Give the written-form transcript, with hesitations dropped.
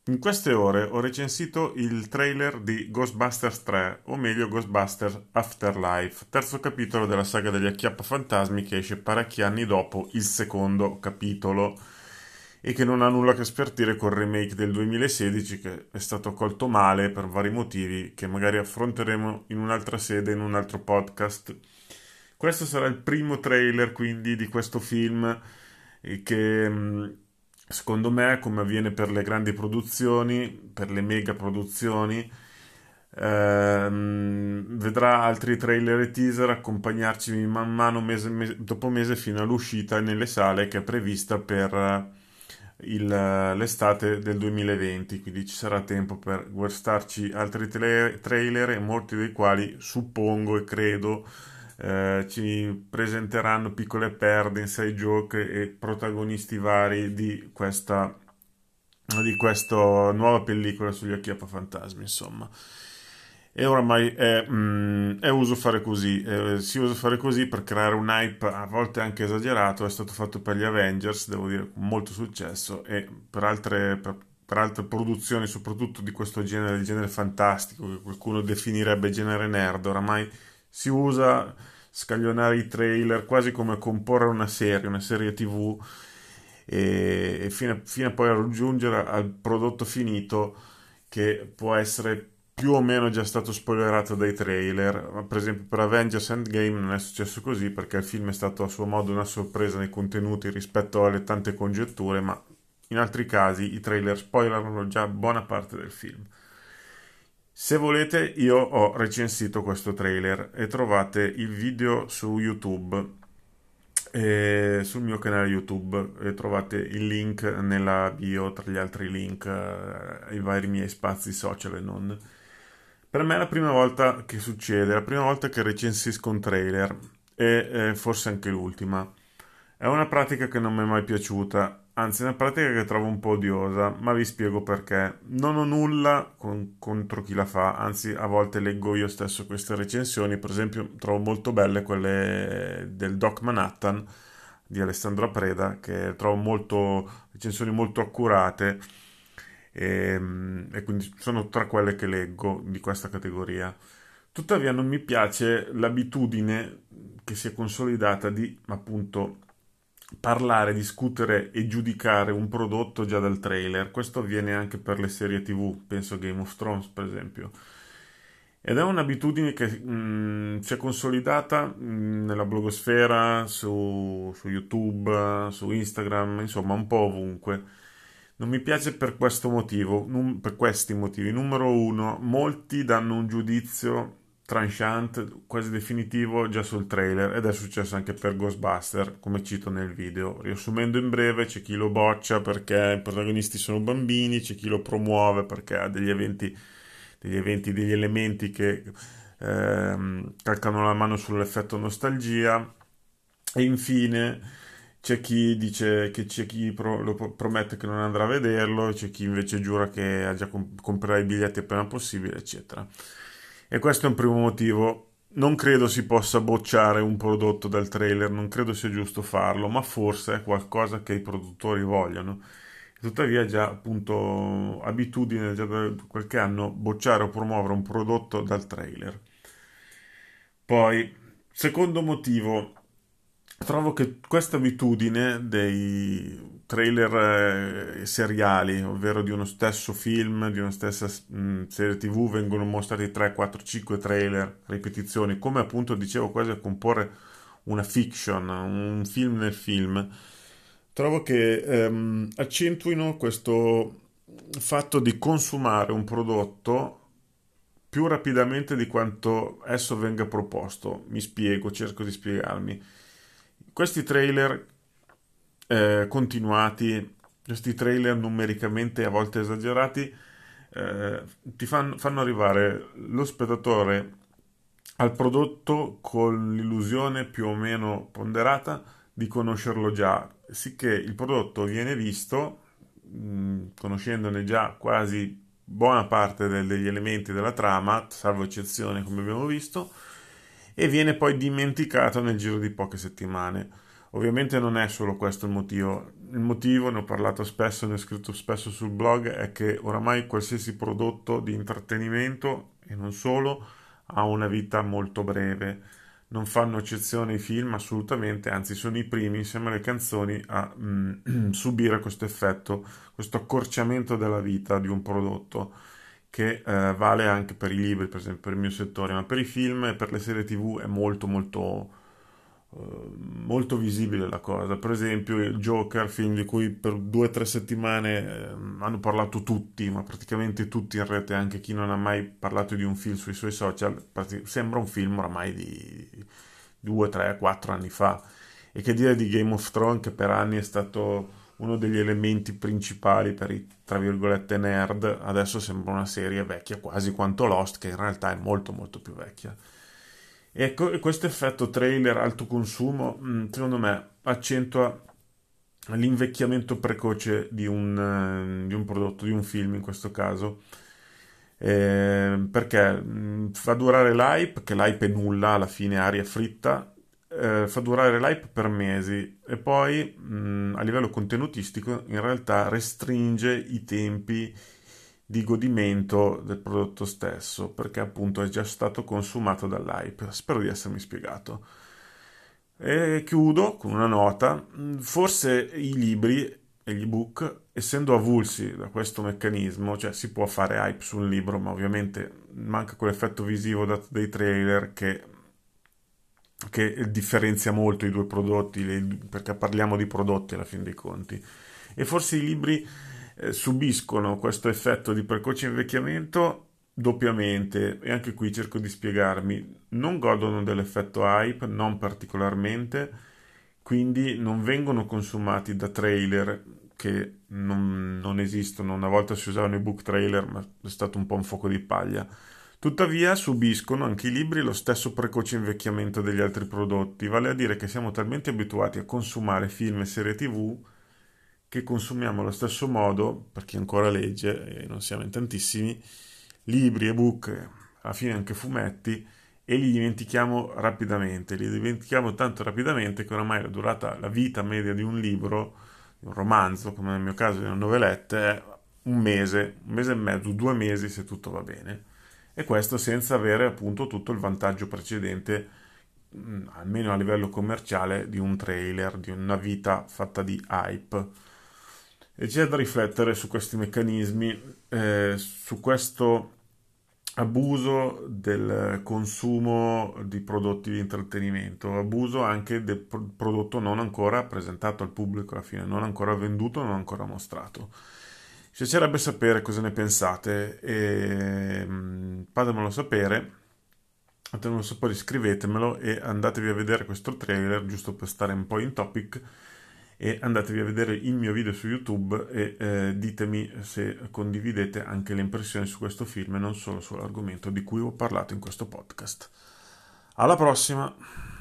In queste ore ho recensito il trailer di Ghostbusters 3, o meglio Ghostbusters Afterlife, terzo capitolo della saga degli Acchiappafantasmi che esce parecchi anni dopo il secondo capitolo e che non ha nulla a che spartire col remake del 2016 che è stato colto male per vari motivi che magari affronteremo in un'altra sede, in un altro podcast. Questo sarà il primo trailer quindi di questo film che secondo me, come avviene per le grandi produzioni, per le mega produzioni, vedrà altri trailer e teaser accompagnarci man mano dopo mese fino all'uscita nelle sale che è prevista per l'estate del 2020, quindi ci sarà tempo per guardarci altri trailer e molti dei quali suppongo e credo ci presenteranno piccole perde, inside joke e protagonisti vari di questa nuova pellicola sugli Acchiappafantasmi, insomma. E oramai è uso fare così, si usa fare così per creare un hype a volte anche esagerato, è stato fatto per gli Avengers, devo dire, con molto successo, e per altre produzioni, soprattutto di questo genere, il genere fantastico, che qualcuno definirebbe genere nerd, oramai si usa scaglionare i trailer quasi come comporre una serie TV, e fino a poi a raggiungere al prodotto finito che può essere più o meno già stato spoilerato dai trailer. Per esempio per Avengers Endgame non è successo così perché il film è stato a suo modo una sorpresa nei contenuti rispetto alle tante congetture, ma in altri casi i trailer spoilerano già buona parte del film. Se volete, io ho recensito questo trailer e trovate il video su YouTube, sul mio canale YouTube, e trovate il link nella bio tra gli altri link ai vari miei spazi social e non. Per me è la prima volta che succede, è la prima volta che recensisco un trailer e forse anche l'ultima. È una pratica che non mi è mai piaciuta, anzi è una pratica che trovo un po' odiosa, ma vi spiego perché. Non ho nulla contro chi la fa, anzi a volte leggo io stesso queste recensioni, per esempio trovo molto belle quelle del Doc Manhattan di Alessandro Preda, che trovo recensioni molto accurate e quindi sono tra quelle che leggo di questa categoria. Tuttavia non mi piace l'abitudine che si è consolidata di appunto parlare, discutere e giudicare un prodotto già dal trailer. Questo avviene anche per le serie TV, penso a Game of Thrones per esempio. Ed è un'abitudine che si è consolidata nella blogosfera, su YouTube, su Instagram, insomma un po' ovunque. Non mi piace per questo motivo, per questi motivi. Numero uno, molti danno un giudizio tranchant, quasi definitivo, già sul trailer, ed è successo anche per Ghostbuster, come cito nel video. Riassumendo in breve, c'è chi lo boccia perché i protagonisti sono bambini, c'è chi lo promuove perché ha degli elementi che calcano la mano sull'effetto nostalgia, e infine c'è chi promette che non andrà a vederlo, c'è chi invece giura che ha già comprerà i biglietti appena possibile, eccetera. E questo è un primo motivo. Non credo si possa bocciare un prodotto dal trailer, non credo sia giusto farlo, ma forse è qualcosa che i produttori vogliono. Tuttavia è già appunto abitudine già da qualche anno bocciare o promuovere un prodotto dal trailer. Poi, secondo motivo, trovo che questa abitudine dei trailer seriali, ovvero di uno stesso film, di una stessa serie TV, vengono mostrati 3, 4, 5 trailer, ripetizioni, come appunto dicevo quasi a comporre una fiction, un film nel film. Trovo che accentuino questo fatto di consumare un prodotto più rapidamente di quanto esso venga proposto. Mi spiego, cerco di spiegarmi. Questi trailer continuati, questi trailer numericamente a volte esagerati, fanno arrivare lo spettatore al prodotto con l'illusione più o meno ponderata di conoscerlo già, sicché il prodotto viene visto, conoscendone già quasi buona parte degli elementi della trama, salvo eccezioni come abbiamo visto, e viene poi dimenticato nel giro di poche settimane. Ovviamente non è solo questo il motivo. il motivo, ne ho parlato spesso, ne ho scritto spesso sul blog, è che oramai qualsiasi prodotto di intrattenimento, e non solo, ha una vita molto breve. Non fanno eccezione i film assolutamente, anzi sono i primi insieme alle canzoni a subire questo effetto, questo accorciamento della vita di un prodotto che vale anche per i libri, per esempio, per il mio settore, ma per i film e per le serie TV è molto visibile la cosa. Per esempio, il Joker, film di cui per 2 o 3 settimane hanno parlato tutti, ma praticamente tutti in rete, anche chi non ha mai parlato di un film sui suoi social, sembra un film oramai di 2, 3, 4 anni fa. E che dire di Game of Thrones, che per anni è stato uno degli elementi principali per i, tra virgolette, nerd, adesso sembra una serie vecchia quasi quanto Lost, che in realtà è molto molto più vecchia. E questo effetto trailer alto consumo, secondo me, accentua l'invecchiamento precoce di un prodotto, di un film in questo caso. Perché fa durare l'hype, che l'hype è nulla, alla fine è aria fritta, fa durare l'hype per mesi e poi a livello contenutistico in realtà restringe i tempi di godimento del prodotto stesso perché appunto è già stato consumato dall'hype. Spero di essermi spiegato. E chiudo con una nota. Forse i libri e gli ebook, essendo avulsi da questo meccanismo, cioè si può fare hype su un libro, ma ovviamente manca quell'effetto visivo dato dai trailer che differenzia molto i due prodotti, perché parliamo di prodotti alla fin dei conti. E forse i libri subiscono questo effetto di precoce invecchiamento doppiamente, e anche qui cerco di spiegarmi, non godono dell'effetto hype, non particolarmente, quindi non vengono consumati da trailer che non esistono. Una volta si usavano i book trailer, ma è stato un po' un fuoco di paglia. Tuttavia subiscono anche i libri lo stesso precoce invecchiamento degli altri prodotti, vale a dire che siamo talmente abituati a consumare film e serie TV che consumiamo allo stesso modo, per chi ancora legge, e non siamo in tantissimi, libri, ebook, alla fine anche fumetti, e li dimentichiamo rapidamente. Li dimentichiamo tanto rapidamente che oramai la vita media di un libro, di un romanzo, come nel mio caso di una novelette, è un mese e mezzo, 2 mesi se tutto va bene. E questo senza avere appunto tutto il vantaggio precedente, almeno a livello commerciale, di un trailer, di una vita fatta di hype. E c'è da riflettere su questi meccanismi, su questo abuso del consumo di prodotti di intrattenimento, abuso anche del prodotto non ancora presentato al pubblico alla fine, non ancora venduto, non ancora mostrato. Mi piacerebbe sapere cosa ne pensate e fatemelo sapere, scrivetemelo e andatevi a vedere questo trailer giusto per stare un po' in topic e andatevi a vedere il mio video su YouTube e ditemi se condividete anche le impressioni su questo film e non solo sull'argomento di cui ho parlato in questo podcast. Alla prossima!